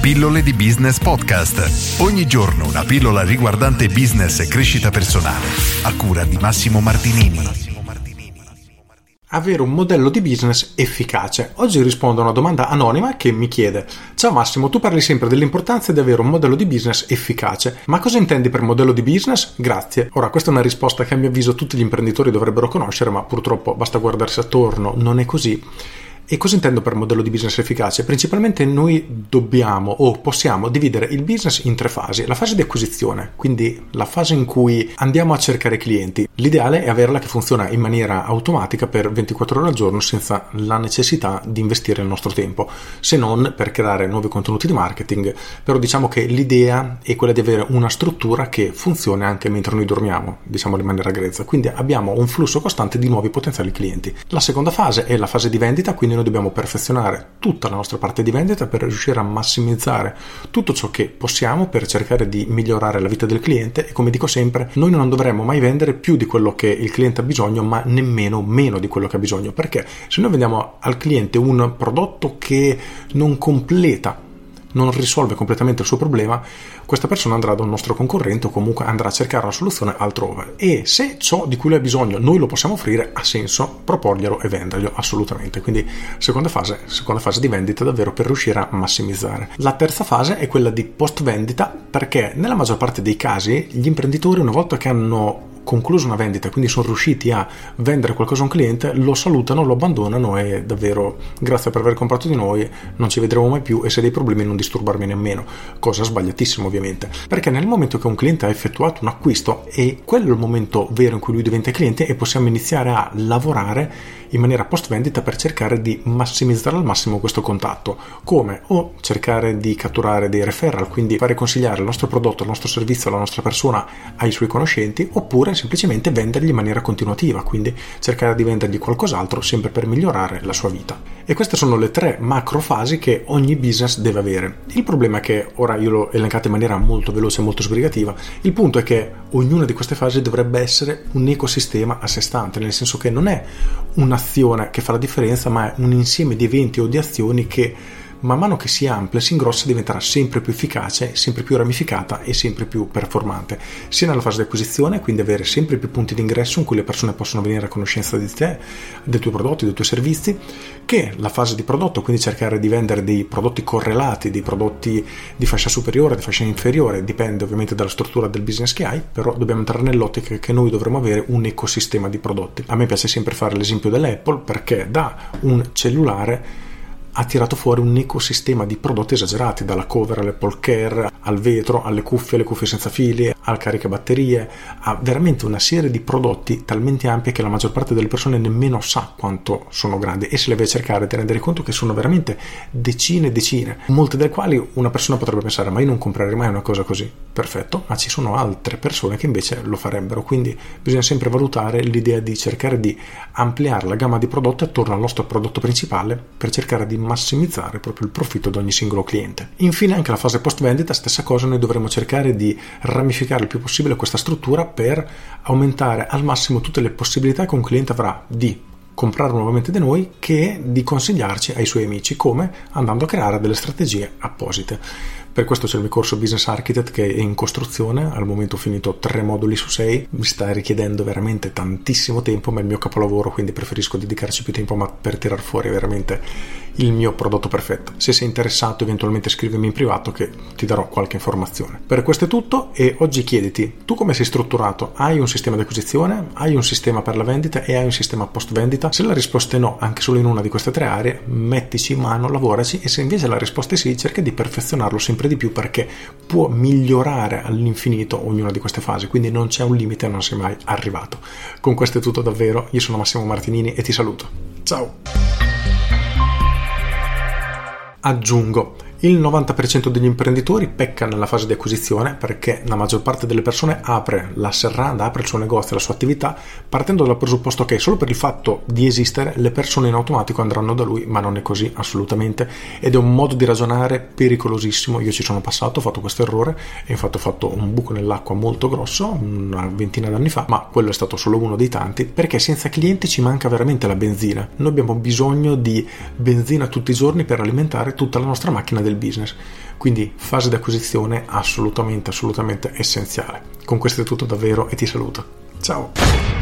Pillole di Business Podcast. Ogni giorno una pillola riguardante business e crescita personale. A cura di Massimo Martinini. Avere un modello di business efficace. Oggi rispondo a una domanda anonima che mi chiede: ciao Massimo, tu parli sempre dell'importanza di avere un modello di business efficace, ma cosa intendi per modello di business? Grazie. Ora, questa è una risposta che a mio avviso tutti gli imprenditori dovrebbero conoscere, ma purtroppo basta guardarsi attorno, non è così. E cosa intendo per modello di business efficace? Principalmente noi dobbiamo o possiamo dividere il business in tre fasi. La fase di acquisizione, quindi la fase in cui andiamo a cercare clienti. L'ideale è averla che funziona in maniera automatica per 24 ore al giorno senza la necessità di investire il nostro tempo, se non per creare nuovi contenuti di marketing. Però diciamo che l'idea è quella di avere una struttura che funzioni anche mentre noi dormiamo, diciamo in maniera grezza. Quindi abbiamo un flusso costante di nuovi potenziali clienti. La seconda fase è la fase di vendita, quindi noi dobbiamo perfezionare tutta la nostra parte di vendita per riuscire a massimizzare tutto ciò che possiamo per cercare di migliorare la vita del cliente. E come dico sempre, noi non dovremmo mai vendere più di quello che il cliente ha bisogno, ma nemmeno meno di quello che ha bisogno, perché se noi vendiamo al cliente un prodotto che non risolve completamente il suo problema, questa persona andrà da un nostro concorrente o comunque andrà a cercare una soluzione altrove. E se ciò di cui lui ha bisogno noi lo possiamo offrire, ha senso proporglielo e venderglielo, assolutamente. Quindi seconda fase di vendita davvero per riuscire a massimizzare. La terza fase è quella di post vendita, perché nella maggior parte dei casi gli imprenditori, una volta che hanno concluso una vendita, quindi sono riusciti a vendere qualcosa a un cliente, lo salutano, lo abbandonano e davvero grazie per aver comprato di noi, non ci vedremo mai più e se hai dei problemi non disturbarmi nemmeno, cosa sbagliatissima ovviamente, perché nel momento che un cliente ha effettuato un acquisto è quello il momento vero in cui lui diventa cliente e possiamo iniziare a lavorare in maniera post vendita per cercare di massimizzare al massimo questo contatto. Come? O cercare di catturare dei referral, quindi fare consigliare il nostro prodotto, il nostro servizio, la nostra persona ai suoi conoscenti, oppure semplicemente vendergli in maniera continuativa, quindi cercare di vendergli qualcos'altro sempre per migliorare la sua vita. E queste sono le tre macro fasi che ogni business deve avere. Il problema è che, ora io l'ho elencata in maniera molto veloce e molto sbrigativa, il punto è che ognuna di queste fasi dovrebbe essere un ecosistema a sé stante, nel senso che non è un'azione che fa la differenza, ma è un insieme di eventi o di azioni che man mano che si amplia, si ingrossa, diventerà sempre più efficace, sempre più ramificata e sempre più performante, sia nella fase di acquisizione, quindi avere sempre più punti di ingresso in cui le persone possono venire a conoscenza di te, dei tuoi prodotti, dei tuoi servizi, che la fase di prodotto, quindi cercare di vendere dei prodotti correlati, dei prodotti di fascia superiore, di fascia inferiore, dipende ovviamente dalla struttura del business che hai, però dobbiamo entrare nell'ottica che noi dovremo avere un ecosistema di prodotti. A me piace sempre fare l'esempio dell'Apple, perché da un cellulare ha tirato fuori un ecosistema di prodotti esagerati, dalla cover all'Apple Care, al vetro, alle cuffie senza fili, al caricabatterie, a veramente una serie di prodotti talmente ampie che la maggior parte delle persone nemmeno sa quanto sono grandi e se le deve cercare di rendere conto che sono veramente decine, molte delle quali una persona potrebbe pensare: ma io non comprerei mai una cosa così. Perfetto, ma ci sono altre persone che invece lo farebbero, quindi bisogna sempre valutare l'idea di cercare di ampliare la gamma di prodotti attorno al nostro prodotto principale per cercare di massimizzare proprio il profitto di ogni singolo cliente. Infine anche la fase post vendita, stessa cosa, noi dovremo cercare di ramificare il più possibile questa struttura per aumentare al massimo tutte le possibilità che un cliente avrà di comprare nuovamente da noi che di consigliarci ai suoi amici, come andando a creare delle strategie apposite. Per questo c'è il mio corso Business Architect che è in costruzione, al momento ho finito 3 moduli su 6, mi sta richiedendo veramente tantissimo tempo, ma è il mio capolavoro, quindi preferisco dedicarci più tempo ma per tirar fuori veramente il mio prodotto perfetto. Se sei interessato eventualmente scrivimi in privato che ti darò qualche informazione. Per questo è tutto e oggi chiediti: tu come sei strutturato? Hai un sistema di acquisizione? Hai un sistema per la vendita? E hai un sistema post vendita? Se la risposta è no, anche solo in una di queste 3 aree, mettici in mano, lavoraci, e se invece la risposta è sì, cerca di perfezionarlo sempre di più, perché può migliorare all'infinito ognuna di queste fasi, quindi non c'è un limite, non sei mai arrivato. Con questo è tutto davvero, io sono Massimo Martinini e ti saluto. Ciao! Aggiungo, il 90% degli imprenditori pecca nella fase di acquisizione perché la maggior parte delle persone apre la serranda, apre il suo negozio, la sua attività partendo dal presupposto che solo per il fatto di esistere le persone in automatico andranno da lui, ma non è così assolutamente, ed è un modo di ragionare pericolosissimo. Io ci sono passato, ho fatto questo errore e infatti ho fatto un buco nell'acqua molto grosso una ventina d'anni fa, ma quello è stato solo uno dei tanti, perché senza clienti ci manca veramente la benzina. Noi abbiamo bisogno di benzina tutti i giorni per alimentare tutta la nostra macchina del del business. Quindi fase di acquisizione assolutamente essenziale. Con questo è tutto davvero e ti saluto. Ciao!